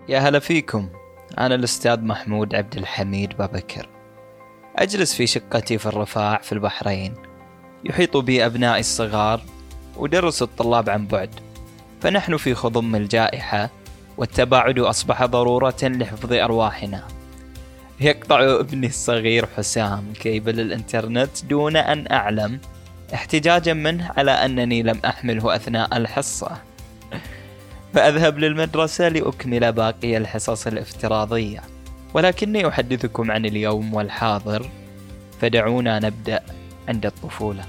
يا هلا فيكم. أنا الأستاذ محمود عبد الحميد بابكر، أجلس في شقتي في الرفاع في البحرين، يحيط بي أبنائي الصغار ودرس الطلاب عن بعد، فنحن في خضم الجائحة والتباعد أصبح ضرورة لحفظ أرواحنا. يقطع ابني الصغير حسام كيبل الإنترنت دون أن أعلم، احتجاجا منه على أنني لم أحمله أثناء الحصة، فأذهب للمدرسة لأكمل باقي الحصص الافتراضية. ولكني أحدثكم عن اليوم والحاضر، فدعونا نبدأ عند الطفولة.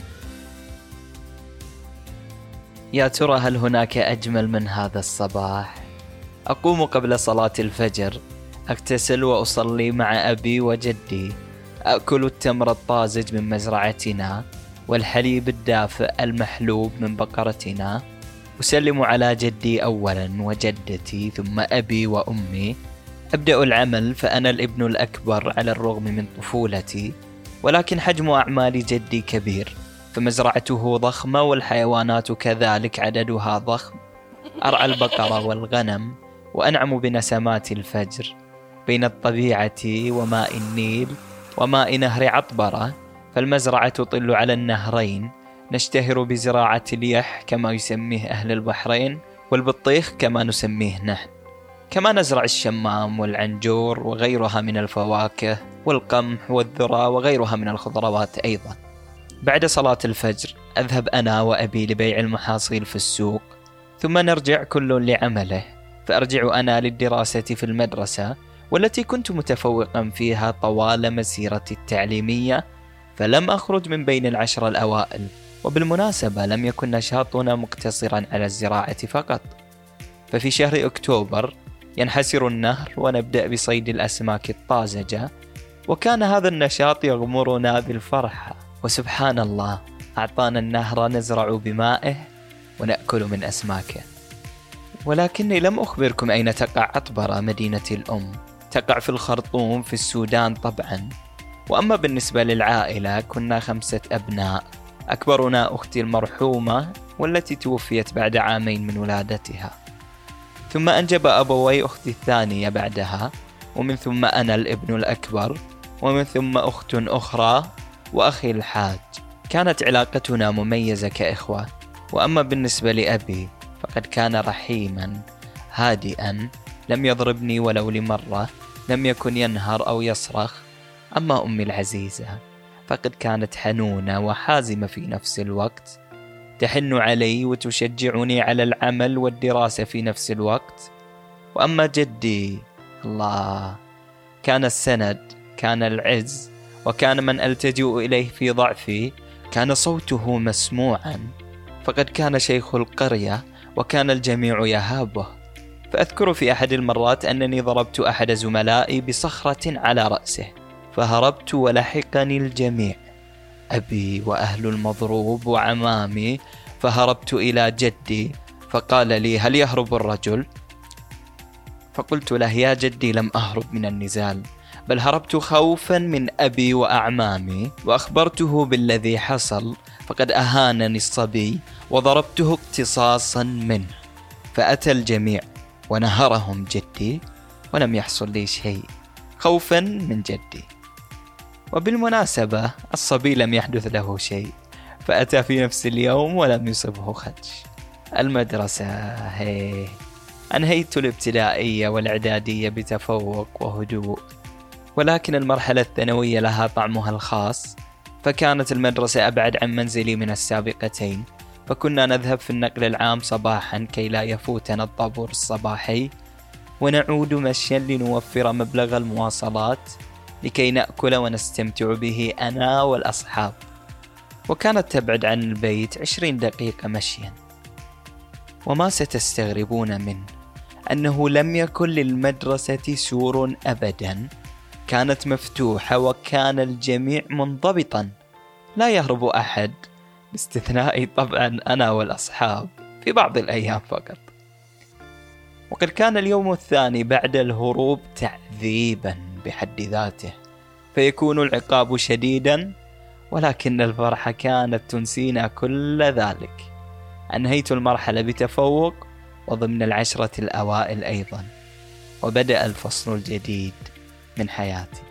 يا ترى هل هناك أجمل من هذا الصباح؟ أقوم قبل صلاة الفجر، أغتسل وأصلي مع أبي وجدي، أكل التمر الطازج من مزرعتنا والحليب الدافئ المحلوب من بقرتنا، أسلم على جدي أولا وجدتي ثم أبي وأمي. أبدأ العمل، فأنا الابن الأكبر على الرغم من طفولتي، ولكن حجم أعمال جدي كبير، فمزرعته ضخمة والحيوانات كذلك عددها ضخم. أرعى البقرة والغنم وأنعم بنسمات الفجر بين الطبيعة وماء النيل وماء نهر عطبرة، فالمزرعة تطل على النهرين. نشتهر بزراعة اليح كما يسميه أهل البحرين، والبطيخ كما نسميه نحن. كما نزرع الشمام والعنجور وغيرها من الفواكه والقمح والذرة وغيرها من الخضروات أيضا. بعد صلاة الفجر أذهب أنا وأبي لبيع المحاصيل في السوق، ثم نرجع كل لعمله، فأرجع أنا للدراسة في المدرسة والتي كنت متفوقا فيها طوال مسيرتي التعليمية، فلم أخرج من بين العشر الأوائل. وبالمناسبة لم يكن نشاطنا مقتصرا على الزراعة فقط، ففي شهر أكتوبر ينحسر النهر ونبدأ بصيد الأسماك الطازجة، وكان هذا النشاط يغمرنا بالفرحة. وسبحان الله، أعطانا النهر نزرع بمائه ونأكل من أسماكه. ولكني لم أخبركم أين تقع عطبرة مدينة الأم. تقع في الخرطوم في السودان طبعا. وأما بالنسبة للعائلة كنا 5 أبناء، أكبرنا أختي المرحومة والتي توفيت بعد 2 عام من ولادتها، ثم أنجب أبوي أختي الثانية بعدها، ومن ثم أنا الابن الأكبر، ومن ثم أخت أخرى وأخي الحاج. كانت علاقتنا مميزة كإخوة. وأما بالنسبة لأبي فقد كان رحيما هادئا، لم يضربني ولو لمرة، لم يكن ينهر أو يصرخ. أما أمي العزيزة فقد كانت حنونة وحازمة في نفس الوقت، تحن علي وتشجعني على العمل والدراسة في نفس الوقت. وأما جدي، الله، كان السند، كان العز، وكان من ألتجئ إليه في ضعفي. كان صوته مسموعا، فقد كان شيخ القرية وكان الجميع يهابه. فأذكر في أحد المرات أنني ضربت أحد زملائي بصخرة على رأسه، فهربت ولحقني الجميع، أبي وأهل المضروب وعمامي، فهربت إلى جدي فقال لي: هل يهرب الرجل؟ فقلت له: يا جدي، لم أهرب من النزال، بل هربت خوفا من أبي وأعمامي، وأخبرته بالذي حصل، فقد أهانني الصبي وضربته اقتصاصا منه. فأتى الجميع ونهرهم جدي ولم يحصل لي شيء، خوفا من جدي. وبالمناسبة الصبي لم يحدث له شيء، فأتى في نفس اليوم ولم يصبه خدش. المدرسة أنهيت الابتدائية والإعدادية بتفوق وهدوء، ولكن المرحلة الثانوية لها طعمها الخاص، فكانت المدرسة أبعد عن منزلي من السابقتين، فكنا نذهب في النقل العام صباحا كي لا يفوتنا الطابور الصباحي، ونعود مشيا لنوفر مبلغ المواصلات لكي نأكل ونستمتع به أنا والأصحاب. وكانت تبعد عن البيت 20 دقيقة مشيا. وما ستستغربون منه أنه لم يكن للمدرسة سور أبدا، كانت مفتوحة وكان الجميع منضبطا، لا يهرب أحد باستثناء طبعا أنا والأصحاب في بعض الأيام فقط. وقد كان اليوم الثاني بعد الهروب تعذيبا بحد ذاته، فيكون العقاب شديدا، ولكن الفرحة كانت تنسينا كل ذلك. أنهيت المرحلة بتفوق وضمن 10 الأوائل أيضا. وبدأ الفصل الجديد من حياتي.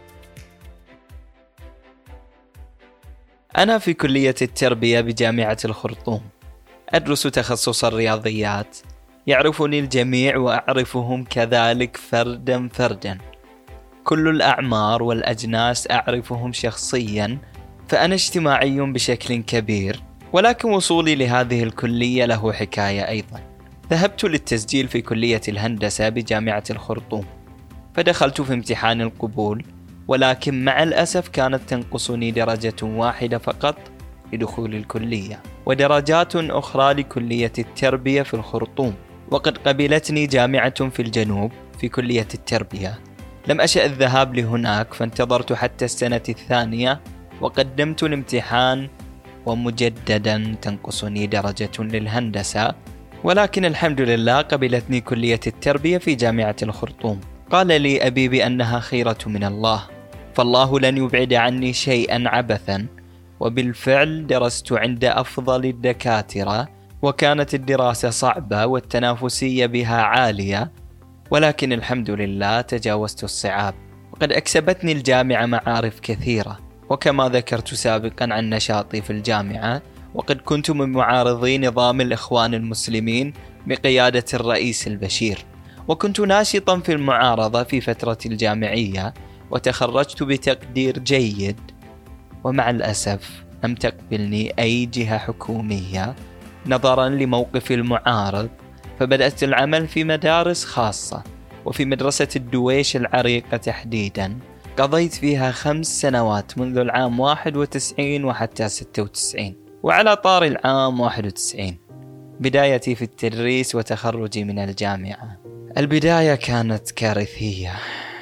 أنا في كلية التربية بجامعة الخرطوم، أدرس تخصص الرياضيات. يعرفني الجميع وأعرفهم كذلك فردا فردا. كل الأعمار والأجناس أعرفهم شخصيا، فأنا اجتماعي بشكل كبير. ولكن وصولي لهذه الكلية له حكاية أيضا. ذهبت للتسجيل في كلية الهندسة بجامعة الخرطوم، فدخلت في امتحان القبول، ولكن مع الأسف كانت تنقصني درجة واحدة فقط لدخول الكلية، ودرجات أخرى لكلية التربية في الخرطوم. وقد قبلتني جامعة في الجنوب في كلية التربية. لم أشأ الذهاب لهناك، فانتظرت حتى السنة الثانية وقدمت الامتحان، ومجددا تنقصني درجة للهندسة. ولكن الحمد لله قبلتني كلية التربية في جامعة الخرطوم. قال لي أبي بأنها خيرة من الله، فالله لن يبعد عني شيئا عبثا. وبالفعل درست عند أفضل الدكاترة، وكانت الدراسة صعبة والتنافسية بها عالية، ولكن الحمد لله تجاوزت الصعاب. وقد أكسبتني الجامعة معارف كثيرة، وكما ذكرت سابقا عن نشاطي في الجامعة، وقد كنت من معارضي نظام الإخوان المسلمين بقيادة الرئيس البشير، وكنت ناشطا في المعارضة في فترة الجامعية، وتخرجت بتقدير جيد. ومع الأسف لم تقبلني أي جهة حكومية نظرا لموقف المعارض، فبدأت العمل في مدارس خاصة، وفي مدرسة الدويش العريقة تحديدا. قضيت فيها 5 سنوات منذ العام 91 وحتى 96. وعلى طار العام 91 بدايتي في التدريس وتخرجي من الجامعة. البداية كانت كارثية.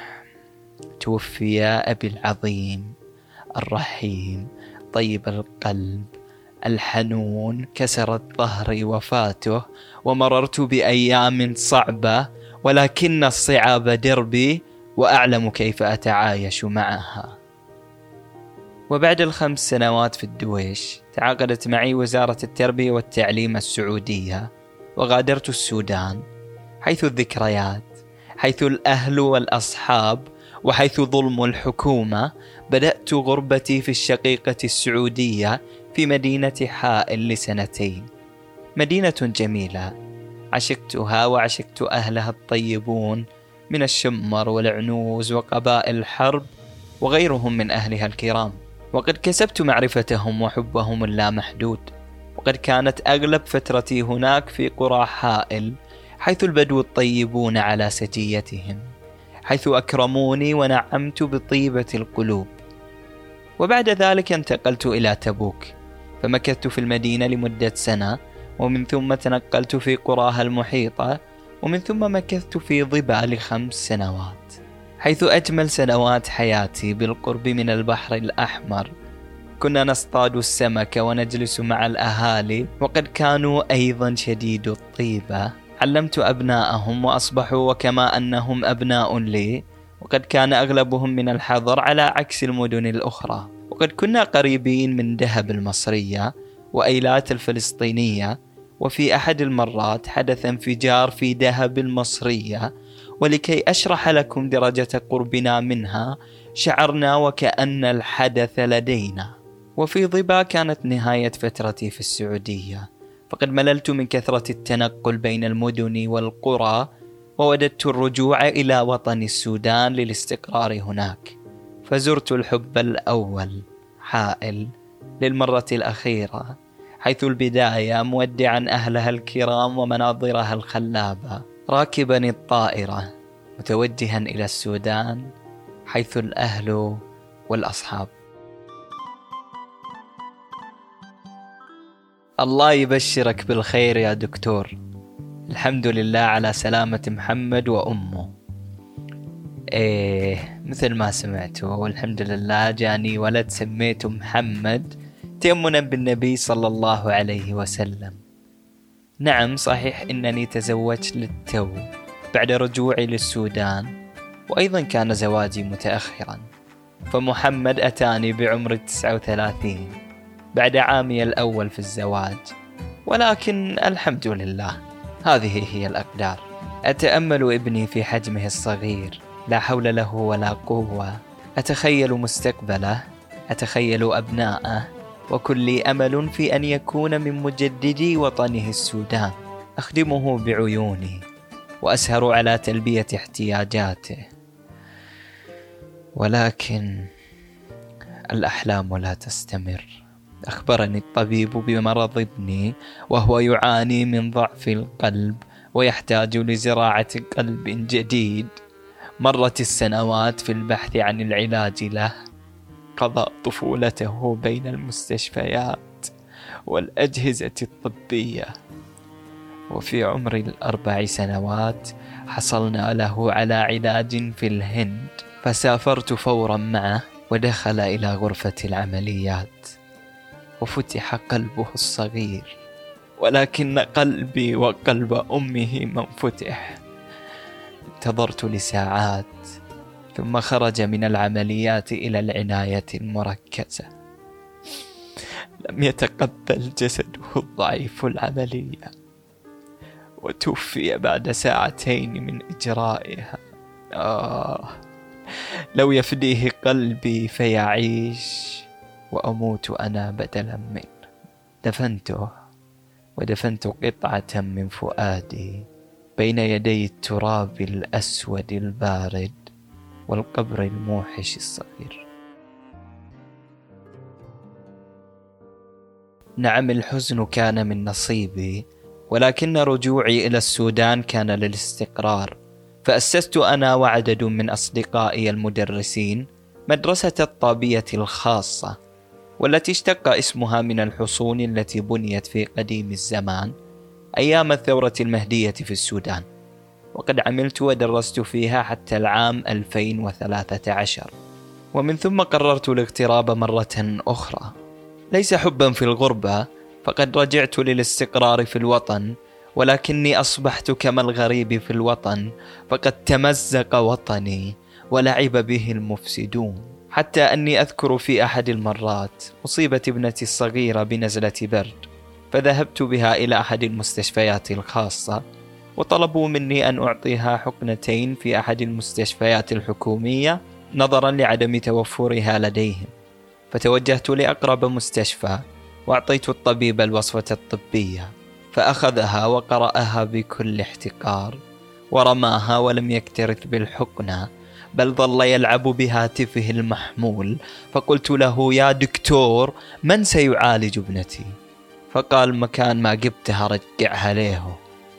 توفي أبي العظيم الرحيم طيب القلب الحنون، كسرت ظهري وفاته، ومررت بأيام صعبة، ولكن الصعاب دربي وأعلم كيف أتعايش معها. وبعد 5 سنوات في الدويش تعاقدت معي وزارة التربية والتعليم السعودية، وغادرت السودان، حيث الذكريات، حيث الأهل والأصحاب، وحيث ظلم الحكومة. بدأت غربتي في الشقيقة السعودية في مدينة حائل ل2 مدينة جميلة عشقتها، وعشقت أهلها الطيبون من الشمر والعنوز وقبائل الحرب وغيرهم من أهلها الكرام. وقد كسبت معرفتهم وحبهم اللامحدود. وقد كانت أغلب فترتي هناك في قرى حائل، حيث البدو الطيبون على سجيتهم، حيث أكرموني ونعمت بطيبة القلوب. وبعد ذلك انتقلت إلى تبوك، فمكثت في المدينة لمدة 1 سنة، ومن ثم تنقلت في قراها المحيطة، ومن ثم مكثت في ظبا ل5 سنوات، حيث أجمل سنوات حياتي بالقرب من البحر الأحمر. كنا نصطاد السمك ونجلس مع الأهالي، وقد كانوا أيضا شديد الطيبة. علمت أبناءهم وأصبحوا وكما أنهم أبناء لي، وقد كان أغلبهم من الحضر على عكس المدن الأخرى. وقد كنا قريبين من دهب المصرية وأيلات الفلسطينية، وفي أحد المرات حدث انفجار في دهب المصرية، ولكي أشرح لكم درجة قربنا منها شعرنا وكأن الحدث لدينا. وفي ظبا كانت نهاية فترتي في السعودية، فقد مللت من كثرة التنقل بين المدن والقرى، ووددت الرجوع إلى وطن السودان للاستقرار هناك. فزرت الحب الأول حائل للمرة الأخيرة، حيث البداية مودعا أهلها الكرام ومناظرها الخلابة، راكبا الطائرة متوجها إلى السودان، حيث الأهل والأصحاب. الله يبشرك بالخير يا دكتور. الحمد لله على سلامة محمد وأمه. مثل ما سمعتوا، والحمد لله جاني ولد سميته محمد تيمنا بالنبي صلى الله عليه وسلم. نعم صحيح إنني تزوجت للتو بعد رجوعي للسودان، وأيضا كان زواجي متأخرا، فمحمد أتاني بعمر 39 بعد عامي الأول في الزواج. ولكن الحمد لله، هذه هي الأقدار. أتأمل ابني في حجمه الصغير، لا حول له ولا قوة. أتخيل مستقبله، أتخيل أبناءه، وكل أمل في أن يكون من مجددي وطنه السودان. أخدمه بعيوني وأسهر على تلبية احتياجاته، ولكن الأحلام لا تستمر. أخبرني الطبيب بمرض ابني، وهو يعاني من ضعف القلب ويحتاج لزراعة قلب جديد. مرت السنوات في البحث عن العلاج له. قضى طفولته بين المستشفيات والأجهزة الطبية، وفي عمر 4 سنوات حصلنا له على علاج في الهند، فسافرت فورا معه ودخل إلى غرفة العمليات وفتح قلبه الصغير، ولكن قلبي وقلب أمه ما انفتح. انتظرت لساعات، ثم خرج من العمليات إلى العناية المركزة. لم يتقبل جسده الضعيف العملية، وتوفي بعد 2 ساعات من إجرائها. لو يفديه قلبي فيعيش، وأموت أنا بدلا منه. دفنته، ودفنت قطعة من فؤادي بين يدي التراب الأسود البارد والقبر الموحش الصغير. نعم، الحزن كان من نصيبي، ولكن رجوعي إلى السودان كان للاستقرار. فأسست أنا وعدد من أصدقائي المدرسين مدرسة الطابية الخاصة، والتي اشتق اسمها من الحصون التي بنيت في قديم الزمان أيام الثورة المهدية في السودان، وقد عملت ودرست فيها حتى العام 2013. ومن ثم قررت الاغتراب مرة أخرى، ليس حبا في الغربة، فقد رجعت للاستقرار في الوطن، ولكني أصبحت كما الغريب في الوطن، فقد تمزق وطني ولعب به المفسدون. حتى أني أذكر في أحد المرات أصيبت ابنتي الصغيرة بنزلة برد، فذهبت بها إلى أحد المستشفيات الخاصة، وطلبوا مني أن أعطيها حقنتين في أحد المستشفيات الحكومية نظرا لعدم توفرها لديهم. فتوجهت لأقرب مستشفى وأعطيت الطبيب الوصفة الطبية، فأخذها وقرأها بكل احتقار ورماها ولم يكترث بالحقنة، بل ظل يلعب بهاتفه المحمول. فقلت له: يا دكتور، من سيعالج ابنتي؟ فقال: مكان ما جبتها رجعها له.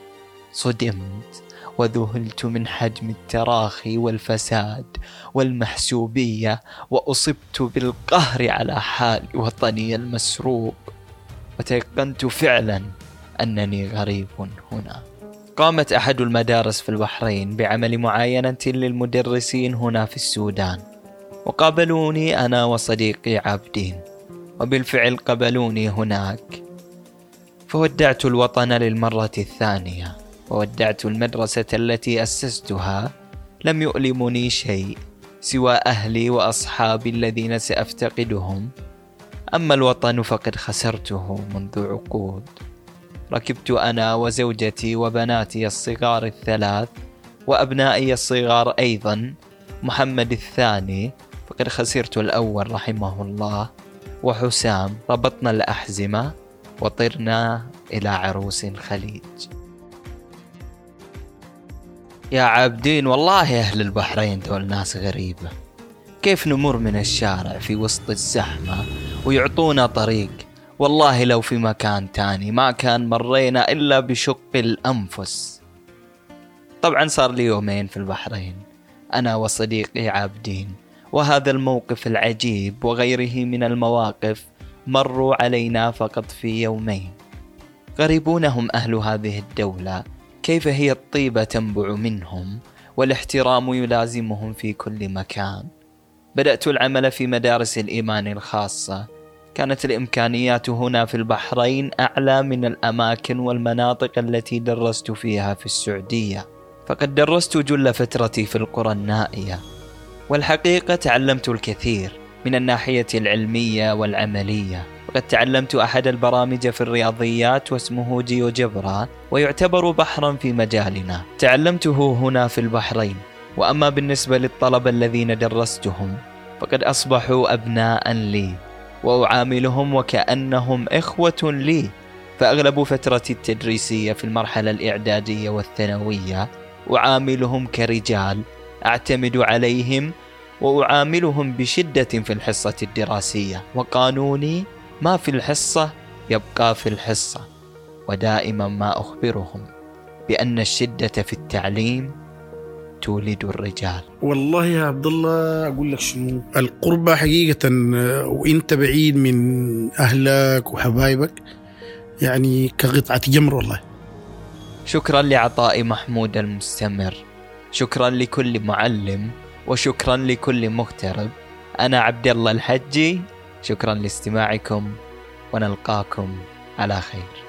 صدمت وذهلت من حجم التراخي والفساد والمحسوبية، وأصبت بالقهر على حال وطني المسروق، وتيقنت فعلا أنني غريب هنا. قامت أحد المدارس في البحرين بعمل معاينة للمدرسين هنا في السودان، وقابلوني أنا وصديقي عابدين، وبالفعل قبلوني هناك. فودعت الوطن للمرة الثانية، وودعت المدرسة التي أسستها. لم يؤلمني شيء سوى أهلي وأصحابي الذين سأفتقدهم، أما الوطن فقد خسرته منذ عقود. ركبت أنا وزوجتي وبناتي الصغار 3، وأبنائي الصغار أيضا. محمد الثاني فقد خسرت الأول رحمه الله، وحسام. ربطنا الأحزمة وطرنا إلى عروس الخليج. يا عابدين، والله أهل البحرين دول ناس غريبة. كيف نمر من الشارع في وسط الزحمة ويعطونا طريق؟ والله لو في مكان تاني ما كان مرينا إلا بشق الأنفس. طبعا صار لي 2 يوم في البحرين أنا وصديقي عابدين، وهذا الموقف العجيب وغيره من المواقف مروا علينا فقط في 2 يوم. غريبون هم أهل هذه الدولة، كيف هي الطيبة تنبع منهم والاحترام يلازمهم في كل مكان. بدأت العمل في مدارس الإيمان الخاصة. كانت الإمكانيات هنا في البحرين أعلى من الأماكن والمناطق التي درست فيها في السعودية، فقد درست جل فترتي في القرى النائية، والحقيقة تعلمت الكثير من الناحية العلمية والعملية. وقد تعلمت أحد البرامج في الرياضيات واسمه جيوجبرا، ويعتبر بحرا في مجالنا. تعلمته هنا في البحرين. وأما بالنسبة للطلبة الذين درستهم فقد أصبحوا أبناء لي، وأعاملهم وكأنهم إخوة لي. فأغلب فترتي التدريسية في المرحلة الإعدادية والثانوية أعاملهم كرجال، أعتمد عليهم وأعاملهم بشدة في الحصة الدراسية، وقانوني ما في الحصة يبقى في الحصة. ودائما ما أخبرهم بأن الشدة في التعليم تولد الرجال. والله يا عبد الله أقول لك شنو، القربة حقيقة وإنت بعيد من أهلك وحبايبك يعني كقطعة جمر والله. شكرا لعطاء محمود المستمر، شكرا لكل معلم، وشكرا لكل مغترب. أنا عبد الله الحجي، شكرا لاستماعكم ونلقاكم على خير.